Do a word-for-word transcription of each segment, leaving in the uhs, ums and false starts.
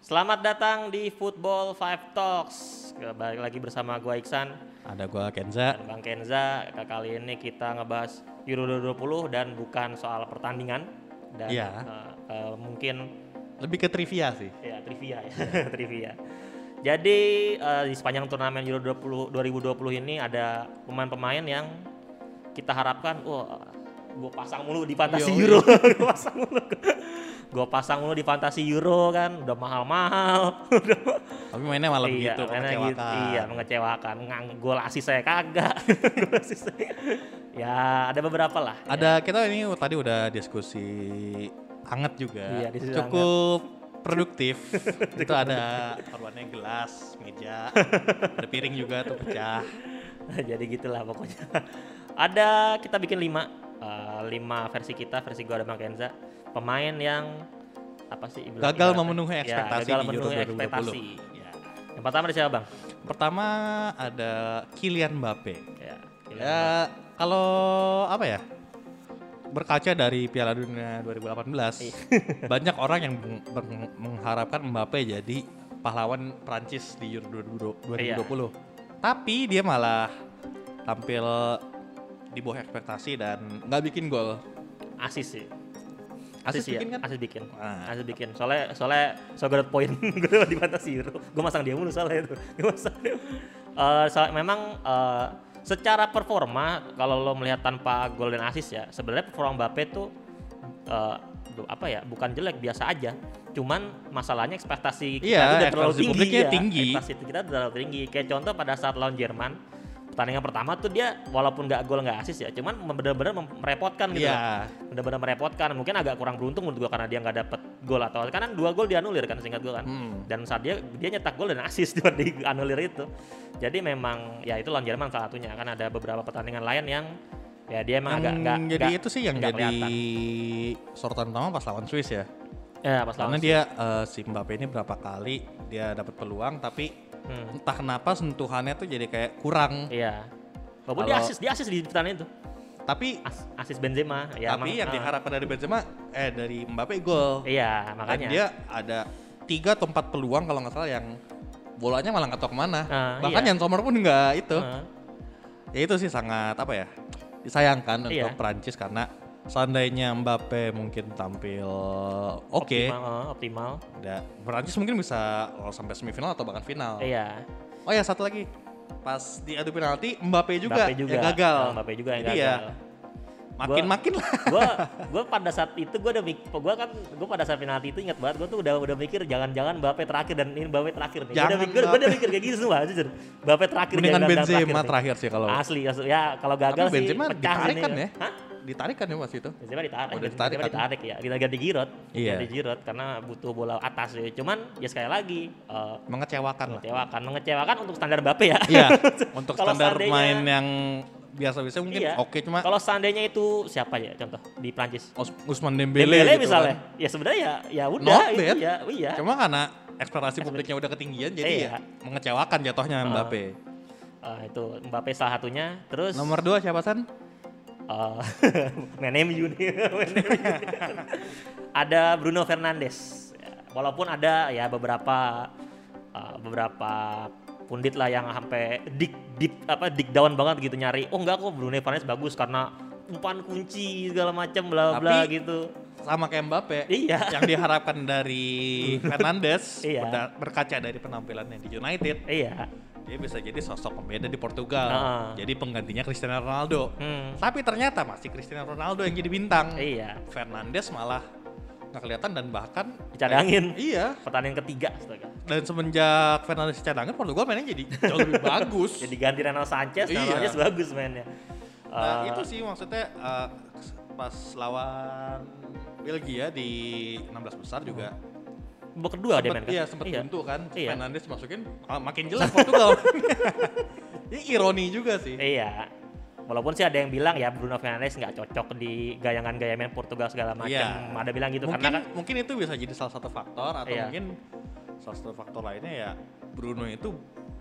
Selamat datang di Football Five Talks. Balik lagi bersama gua Iksan. Ada gua Kenza. Dan Bang Kenza. Kali ini kita ngebahas Euro dua ribu dua puluh dan bukan soal pertandingan. Dan Iya. uh, uh, mungkin Lebih ke trivia sih. ya trivia ya, trivia. Jadi uh, di sepanjang turnamen Euro dua ribu dua puluh ini ada pemain-pemain yang kita harapkan, wah, gue pasang mulu di fantasi Yo, Euro, gue pasang mulu, gue pasang mulu di fantasi Euro kan, udah mahal-mahal. Tapi mainnya malah iya, begitu, mainnya mengecewakan. gitu, iya, mengecewakan. Ngang, gol asis saya kagak. Gol asis saya. Ya ada beberapa lah. Ada ya. kita ini tadi udah diskusi hangat juga, Iya, diskusi cukup produktif. Itu ada korbannya gelas, meja, ada piring juga tuh pecah. Jadi gitulah pokoknya. Ada kita bikin lima, uh, lima versi kita, versi gua dan Bang Kenza. Pemain yang apa sih? Ibarat, Gagal ibarat, memenuhi ekspektasi ya, gagal di Euro memenuhi dua ribu dua puluh. ekspektasi. Ya. Yang pertama ada siapa Bang? Pertama ada Kylian Mbappe. Ya, Ya kalau apa ya? Berkaca dari Piala Dunia dua ribu delapan belas, banyak orang yang meng- mengharapkan Mbappe jadi pahlawan Prancis di Euro dua ribu dua puluh. Iya. Tapi dia malah tampil di bawah ekspektasi dan nggak bikin gol. Asis sih. Asis ya, bikin kan? Asis bikin. Nah. Asis bikin. Soalnya soalnya so good point gue di fantasi Euro. Gue masang dia mulu soalnya itu. Gue masang dia. Uh, so, memang uh, secara performa kalau lo melihat tanpa gol dan asis ya, sebenarnya performa Mbappe tuh uh, apa ya? Bukan jelek, biasa aja. Cuman masalahnya ekspektasi kita Iya, itu udah terlalu ekspektasi tinggi publiknya ya. tinggi. Ekspektasi kita terlalu tinggi. Kayak contoh pada saat lawan Jerman, pertandingan pertama tuh dia walaupun nggak gol nggak asis ya, cuman benar-benar merepotkan gitu. Iya. Benar-benar merepotkan. Mungkin agak kurang beruntung menurut gua karena dia nggak dapet gol atau karena dua gol dianulir kan singkat gua kan. Hmm. Dan saat dia dia nyetak gol dan asis di anulir itu. Jadi memang ya itu lawan Jerman salah satunya kan ada beberapa pertandingan lain yang ya dia emang Yang agak nggak jadi nggak- itu sih yang nggak jadi kelihatan. sorotan utama pas lawan Swiss ya. Ya pas Karena lawan dia eh, si Mbappe ini berapa kali dia dapat peluang tapi Hmm. entah kenapa sentuhannya tuh jadi kayak kurang. Iya. Walaupun dia Kalau- asis, dia asis di pertandingan itu. Tapi As, asis Benzema. Ya, tapi emang, yang ah. diharapkan dari Benzema eh dari Mbappe gol. Iya, Dan makanya. dia ada tiga atau empat peluang kalau nggak salah yang bolanya malah nggak tahu kemana. Ah, Bahkan iya. Jan Sommer pun nggak itu. Ah. Ya itu sih sangat apa ya disayangkan Iya. untuk Prancis karena seandainya Mbappe mungkin tampil oke, Optimal, ah, optimal. da- Prancis mungkin bisa lolos sampai semifinal atau bahkan final. Iya. Oh ya satu lagi, pas di adu penalti Mbappe juga, Mbappe juga yang gagal. Ah, Mbappe juga yang Jadi gagal. ya makin-makin lah. Gue gue pada saat itu gue udah mikir, gue kan gue pada saat penalti itu ingat banget gue tuh udah udah mikir jangan-jangan Mbappe terakhir dan ini Mbappe terakhir nih. Gue udah Jangan mikir, gue udah mikir kayak gitu semua jujur. Mbappe terakhir Mendingan jangan- jangan Benzema nih. terakhir sih kalau. Asli, asli. Ya kalau gagal Tapi sih Benzema pecah ditarik sini. kan ya? Hah? Ditarik kan ya pas itu? Benzema ditarik, Oh, udah Benzema ditarik kan? ditarik ya. Kita ganti Giroud, Iya. ganti Giroud karena butuh bola atas ya. Cuman ya sekali lagi eh, Mengecewakan lah. mengecewakan, mengecewakan untuk standar Mbappe ya. Iya, untuk Kalau standar seandainya- main yang biasa-biasa mungkin Iya. oke cuma Kalau seandainya itu siapa ya contoh di Prancis? Us- Usman Dembele, Dembele gitu misalnya, kan. ya sebenarnya ya ya udah Not itu bad. ya, iya. Cuma karena ekspektasi publiknya udah ketinggian jadi Iya. ya mengecewakan jatuhnya Ah. Mbappe. Ah, itu Mbappe salah satunya. Terus Nomor dua siapa San? uh, main M U nih. Main M U nih. Ada Bruno Fernandes. Ya, walaupun ada ya beberapa uh, beberapa pundit lah yang sampai dik deep apa dik down banget gitu nyari. Oh enggak kok Bruno Fernandes bagus karena umpan kunci segala macam bla bla Tapi- gitu. Sama kayak Mbappe. Iya. Yang diharapkan dari Fernandes Iya. berda- berkaca dari penampilannya di United, Iya. dia bisa jadi sosok pembeda di Portugal. Ah. Jadi penggantinya Cristiano Ronaldo. Hmm. Tapi ternyata masih Cristiano Ronaldo yang jadi bintang. Iya. Fernandes malah nggak kelihatan dan bahkan Dicadangin. Iya. Pertandingan ketiga astaga. Dan semenjak Fernandes cadangin, Portugal mainnya jadi jauh lebih bagus. Jadi ganti Ronaldo Sanchez, Iya. Ronaldo Sanchez bagus mainnya. Nah Eh, itu sih maksudnya eh, pas lawan Belgia di enam belas besar juga babak kedua dia sempet, main kan? iya sempet Iya. buntu kan. Iya. Fernandes masukin ah, makin jelas Portugal. Ini ironi juga sih. Iya. Walaupun sih ada yang bilang ya Bruno Fernandes nggak cocok di gayangan gaya main Portugal segala macam. Iya. Ada bilang gitu mungkin karena kan mungkin itu bisa jadi salah satu faktor atau Iya. mungkin salah satu faktor lainnya ya Bruno itu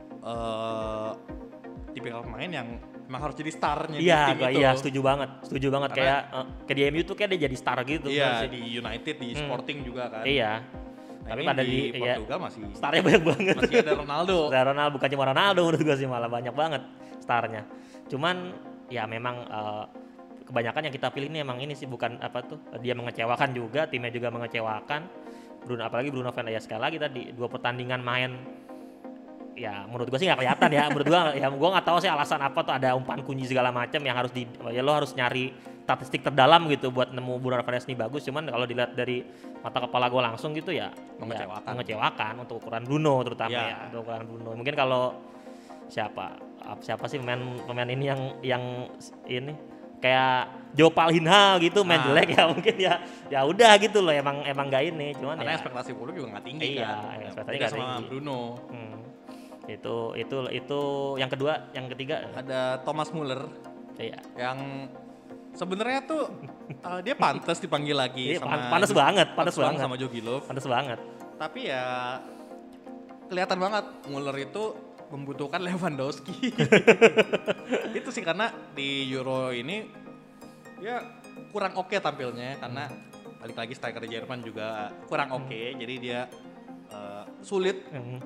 eh tipikal pemain yang emang harus jadi starnya iya, di tim gua- itu. iya setuju banget, setuju banget Karena- kayak eh, kayak di M U tuh kayak dia jadi star gitu. Iya, harusnya. di United, di Hmm. Sporting juga kan. Iya. Nah, Tapi ini pada di di ya, Portugal masih starnya banyak banget. masih ada Ronaldo. Ada Ronaldo, bukan cuma Ronaldo menurut gue sih, malah banyak banget starnya. Cuman ya memang uh, kebanyakan yang kita pilih ini emang ini sih, bukan apa tuh, dia mengecewakan juga, timnya juga mengecewakan. Bruno, apalagi Bruno Fernandes, sekali lagi tadi dua pertandingan main, ya menurut gue sih nggak kelihatan ya. Menurut gue ya gue nggak tahu sih alasan apa tuh, ada umpan kunci segala macam yang harus di, ya lo harus nyari statistik terdalam gitu buat nemu Bruno Fernandes ini bagus. Cuman kalau dilihat dari mata kepala gue langsung gitu ya Mengecewakan. ya, mengecewakan untuk ukuran Bruno terutama Ya. ya, untuk ukuran Bruno. Mungkin kalau siapa siapa sih pemain pemain ini yang yang ini kayak Joe Palhinha gitu main Ah. jelek ya, mungkin ya ya udah gitu loh, emang emang gak ini. Cuman Karena ya ekspektasi publik juga nggak tinggi Iya, kan. ekspektasinya Beda nggak sama tinggi. Bruno. hmm, itu itu itu yang kedua. Yang ketiga Ada Thomas Muller iya yang sebenarnya tuh uh, dia pantas dipanggil lagi Iya, sama pan- panas banget, panas banget banget. sama Jogi Löw. pantas banget. Tapi ya kelihatan banget Muller itu membutuhkan Lewandowski. Itu sih karena di Euro ini ya kurang oke tampilnya, karena balik lagi striker Jerman juga kurang oke, jadi dia uh, sulit. Hmm.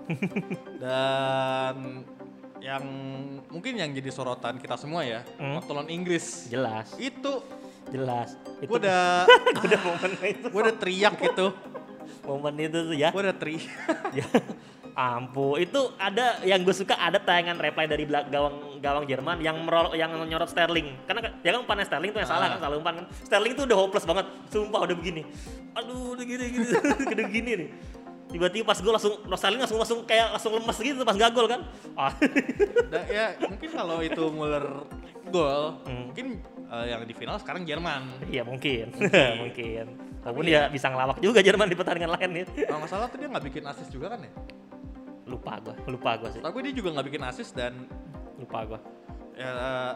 Dan yang mungkin yang jadi sorotan kita semua ya, Hmm. waktu lawan Inggris jelas itu jelas itu gue udah gua udah momen itu gue udah teriak gitu, momen itu tuh ya. gue udah teriak. Ya, ampun, itu ada yang gue suka, ada tayangan reply dari belak- gawang gawang Jerman yang merol, yang nyorot Sterling, karena ya kan umpannya Sterling tuh yang salah Ah. kan, salah umpan kan. Sterling tuh udah hopeless banget, sumpah udah begini, aduh udah gini gini, udah gini nih. Tiba-tiba pas gue langsung, Sterling langsung langsung kayak langsung lemes gitu pas gak gol kan. Ah. Da, ya mungkin kalau itu Muller gol, Hmm. mungkin uh, yang di final sekarang Jerman. Iya mungkin, Mungkin. mungkin. Tapi Walaupun ya- dia bisa ngelawak juga Jerman di pertandingan lain ya. Kalau nggak salah tuh dia nggak bikin assist juga kan ya? Lupa gue, lupa gue sih, Tapi dia juga nggak bikin assist dan lupa gue. ya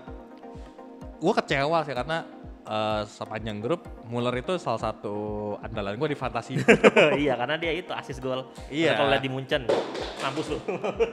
gue kecewa sih karena uh, sepanjang grup Muller itu salah satu andalan gue di fantasi. Iya, karena dia itu asis gol. Iya. Karena kalau lihat di Munchen, mampus lu.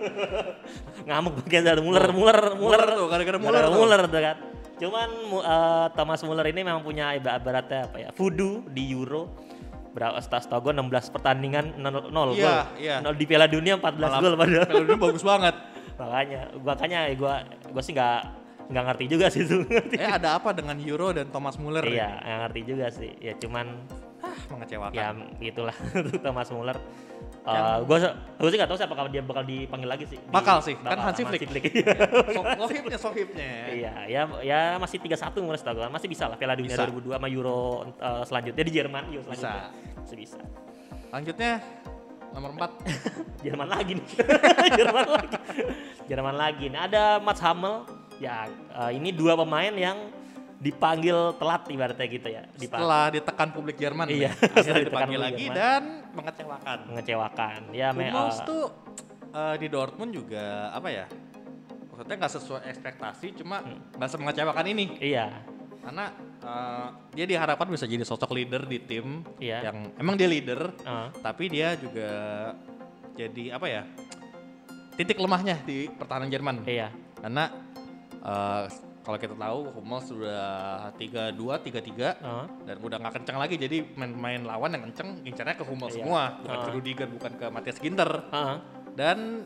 Ngamuk bagian dari Muller, Muller, Muller. Muller tuh, gara-gara Muller Gara-gara tuh. Muller tuh kan. Cuman mu- eh, Thomas Muller ini memang punya ibaratnya apa ya, voodoo di Euro. Berapa setahu gue enam belas pertandingan nol, nol Iya, gol. iya. Nol di Piala Dunia empat belas Malah gol padahal. Piala Dunia bagus banget. Makanya, makanya gue gue sih nggak nggak ngerti juga sih itu. Eh ada apa dengan Euro dan Thomas Muller? Iya, nggak ngerti juga sih. Ya cuman Ah, mengecewakan. ya itulah untuk Thomas Muller. Yang- gue gue sih nggak tahu sih apakah dia bakal dipanggil lagi sih. Di- Bakal sih, kan bakal Hansi sama Flick. Iya. So, sohibnya, sohibnya. Iya, ya ya masih tiga satu mulai setahu gue, masih bisa lah Piala Dunia Bisa. dua ribu dua sama Euro uh, selanjutnya di Jerman, Euro Bisa. selanjutnya. Masih bisa. Lanjutnya nomor empat. Jerman lagi nih. Jerman lagi. Jerman lagi. Nah, ada Mats Hummel. Ya, uh, ini dua pemain yang dipanggil telat ibaratnya gitu ya. Dipanggil. Setelah ditekan publik Jerman, Iya, nih, akhirnya setelah ditekan dipanggil publik lagi Jerman. dan mengecewakan. Mengecewakan. Ya, me- Hummels uh, tuh eh, di Dortmund juga apa ya? Maksudnya nggak sesuai ekspektasi, cuma nggak semengecewakan ini. iya. Karena eh, dia diharapkan bisa jadi sosok leader di tim Iya. yang emang dia leader, Uh, tapi dia juga jadi apa ya? Titik lemahnya di pertahanan Jerman. iya. Karena eh, kalau kita tahu Hummels sudah tiga dua tiga tiga Uh, dan udah nggak kencang lagi, jadi main-main lawan yang kencang incarnya ke Hummels Iya. semua, bukan ke Ah. Rudiger, bukan ke Matthias Ginter. uh, Dan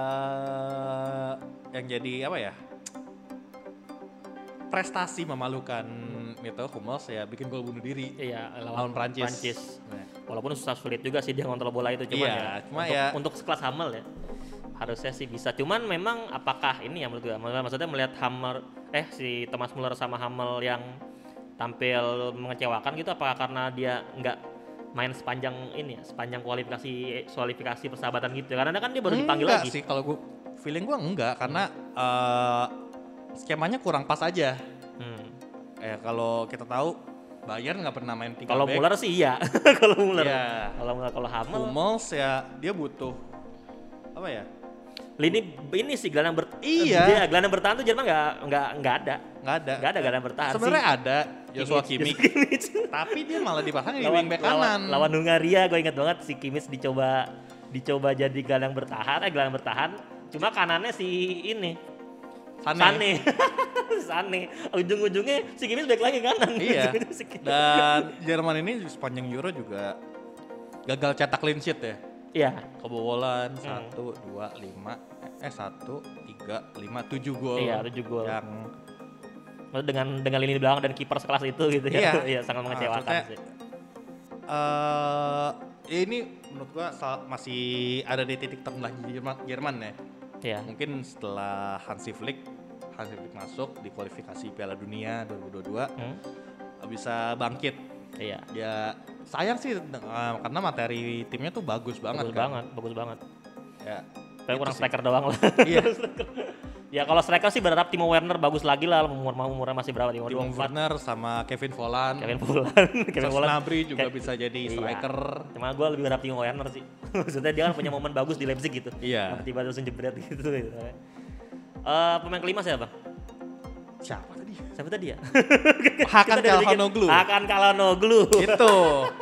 eh, yang jadi apa ya, prestasi memalukan itu Hummels ya bikin gol bunuh diri iya, lawan Prancis. Prancis. Nah, Walaupun susah sulit juga sih dia ngontrol bola itu, cuman Iya, ya, cuma untuk, ya- untuk sekelas Hummel ya harusnya sih bisa. Cuman memang apakah ini ya menurut gue, maksudnya melihat Hammer eh si Thomas Muller sama Hummel yang tampil mengecewakan gitu, apakah karena dia nggak main sepanjang ini ya, sepanjang kualifikasi kualifikasi persahabatan gitu ya? Karena kan dia baru dipanggil enggak lagi. sih, kalau gue feeling gue enggak, karena eh, skemanya kurang pas aja. Hmm. Eh kalau kita tahu Bayern nggak pernah main tiga Kalau back. Muller sih iya. Kalau Muller. Iya. Kalau Muller, kalau Hummel Hummels ya dia butuh apa ya? lini ini sih gelandang ber Iya. dia gelandang bertahan tuh Jerman nggak nggak nggak ada. Nggak ada. Nggak ada gelandang bertahan. Sebenarnya sih. ada Joshua Kimmich, Kimmich. tapi dia malah dipasang di lawan, wingback lawan, kanan. lawan Hungaria gue inget banget si Kimmich dicoba dicoba jadi gelandang bertahan eh gelandang bertahan, cuma kanannya si ini Sane. Sane. Sane. Ujung-ujungnya si Kimmich balik lagi kanan. Iya. Ujung-ujungnya si Kimmich. Dan Jerman ini sepanjang Euro juga gagal cetak clean sheet ya. Iya. Kebobolan Hmm. satu, dua, lima, eh satu, tiga, lima, tujuh gol. Iya, tujuh gol. Yang dengan dengan lini belakang dan kiper sekelas itu gitu ya. Iya. Iya, sangat mengecewakan Maksudnya, sih. eh ya ini menurut gua sal- masih ada di titik terendah Jerman, Jerman ya. Iya. Mungkin setelah Hansi Flick, Hansi Flick masuk di kualifikasi Piala Dunia dua ribu dua puluh dua Hmm? bisa bangkit. Iya. Ya sayang sih eh, karena materi timnya tuh bagus banget Bagus kan. banget, bagus banget. Ya. Tapi itu kurang sih. striker doang lah. Iya. Ya kalau striker sih berharap Timo Werner bagus lagi lah, umur umurnya masih berapa? Timo Timo dua puluh empat. Werner sama Kevin Volland. Kevin Volland, Kevin Serge Volland. Gnabry juga Kayak- bisa jadi Iya. striker. Cuma gue lebih berharap Timo Werner sih. Maksudnya dia kan punya momen bagus di Leipzig gitu. Iya. Tiba-tiba langsung jebret gitu. gitu. Eh, pemain kelima siapa? Siapa tadi? Siapa tadi ya? Hakan Kita udah bikin- Calhanoglu. Hakan Calhanoglu. Itu.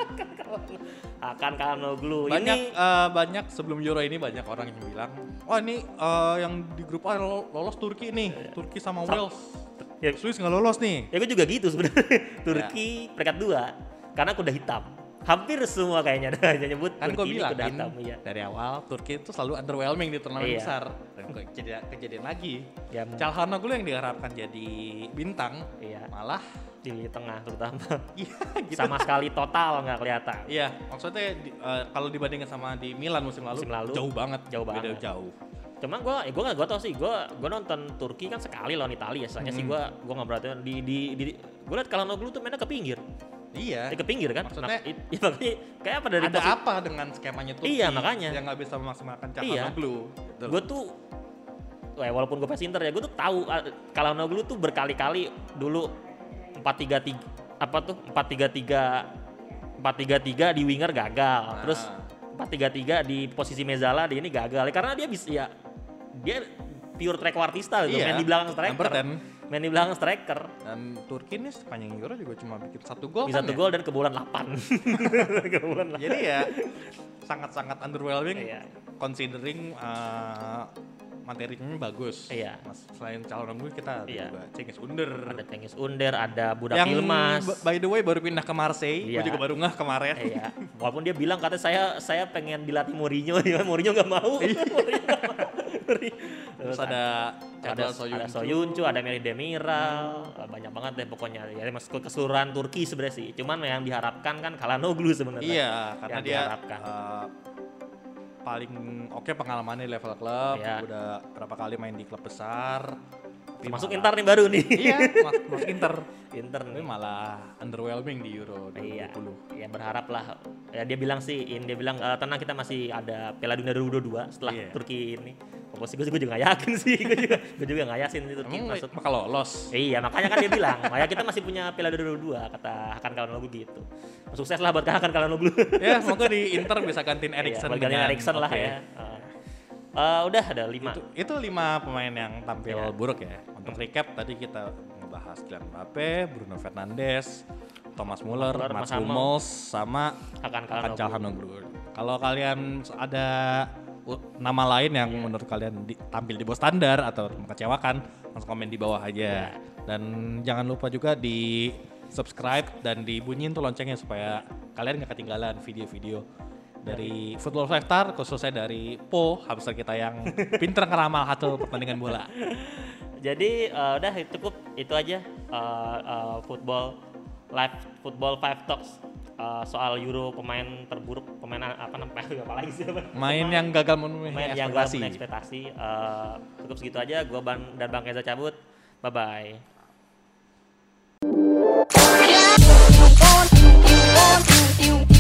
Hakan Calhanoglu. Banyak Ini eh, banyak sebelum Euro ini banyak orang yang bilang, wah ini eh, yang di grup A lol- lolos Turki nih, Turki sama Wales. Ya. Swiss nggak lolos nih. ya gue juga gitu sebenarnya. Turki peringkat dua karena kuda hitam. Hampir semua kayaknya ada yang nyebut Kan gue Turki ini bilang kuda kan hitam. Iya. dari awal Turki itu selalu underwhelming di turnamen Iya. besar. Dan kok kejadian, kejadian lagi. Ya, Calhanoglu yang diharapkan jadi bintang iya. malah Di tengah terutama. iya gitu. Sama sekali total nggak kelihatan. Iya, maksudnya di- eh, kalau dibandingkan sama di Milan musim lalu, Musim lalu, jauh banget, jauh beda banget. jauh. Cuma gue, eh, gue nggak, gue tau sih, gue, gue nonton Turki kan sekali lawan Italia. Soalnya sih Hmm. gue, gue nggak berarti di, di, di, gue liat Calhanoglu tuh mainnya ke pinggir, Iya. eh, ke pinggir kan. Maksudnya- Mak- it- ya, makanya kayak apa dari Ada posi- apa dengan skemanya Turki? Iya, makanya. yang nggak bisa memaksimalkan Iya. Calhanoglu. Gitu. Gue tuh, wah, walaupun gue fans Inter ya, gue tuh tahu ah, Calhanoglu tuh berkali-kali dulu empat tiga tiga apa tuh empat tiga tiga empat tiga tiga di winger gagal, Nah. terus empat tiga tiga di posisi Mezzala di ini gagal karena dia bisa ya dia pure trequartista gitu, Iya, main di belakang striker, number ten. main di belakang striker, Dan Turki ini sepanjang Euro juga cuma bikin satu gol bisa kan satu ya? gol dan kebobolan delapan. Kebobolan delapan. Jadi ya sangat-sangat underwhelming Iya. considering uh, materinya bagus. Iya. Mas, selain Calhanoglu kita ada Iya. juga Cengiz Under. Ada Cengiz Under, ada Budak yang Yilmaz. b- by the way baru pindah ke Marseille. Iya. Gue juga baru ngeh kemarin. Iya, walaupun dia bilang katanya saya saya pengen dilatih Mourinho, ya Mourinho nggak mau. Mourinho nggak mau. Terus ada ada Chadwell ada Soyuncu. Soyuncu, ada Melih Demiral, banyak banget deh pokoknya. Ya emang keseluruhan Turki sebenarnya sih. Cuman yang diharapkan kan Calhanoglu sebenarnya. Iya, karena yang dia diharapkan. uh, paling oke pengalamannya di level klub, Iya. udah berapa kali main di klub besar. Tapi Masuk malah- Inter nih baru nih. Iya, masuk, masuk Inter. Inter Tapi nih. malah underwhelming di Euro dua ribu Iya, dua puluh. ya berharap lah. Ya dia bilang sih, in, dia bilang e, tenang kita masih ada Piala Dunia dua ribu dua puluh dua setelah Iya. Turki ini. Pokoknya gue, gue juga gak yakin sih, gue juga, gue juga gak yakin sih Turki Emang masuk. bakal lolos? Iya, makanya kan dia bilang, "Maya kita masih punya Piala Dunia dua ribu dua puluh dua," kata Hakan Calhanoglu gitu. Sukses lah buat Hakan Calhanoglu. Ya, semoga di Inter bisa gantiin Eriksen. Iya, buat gantiin dengan- Eriksen lah oke. ya. Uh, uh, udah ada lima. Itu, itu lima pemain yang tampil Iya. buruk ya. Untuk recap tadi kita ngebahas Kylian Mbappe, Bruno Fernandes, Thomas Muller, Muller, Mats Mats Hummels, Hummels, sama Hakan Hakan Calhanoglu. Calhanoglu. Kalau kalian ada u- nama lain yang menurut kalian di- tampil di bawah standar atau mengecewakan, langsung komen di bawah aja. Dan jangan lupa juga di subscribe dan dibunyiin tuh loncengnya supaya kalian nggak ketinggalan video-video dari Football Five Star, khususnya dari Po, hamster kita yang pinter ngeramal satu pertandingan bola. Jadi uh, udah cukup itu aja uh, uh, football live football five talks uh, soal Euro pemain terburuk, pemain apa namanya apa lagi sih apa? Main yang gagal memenuhi pemain yang gak ekspektasi. punya ekspektasi. Uh, cukup segitu aja. Gua Ban dan Bang Keza cabut. Bye bye. You want, you want, you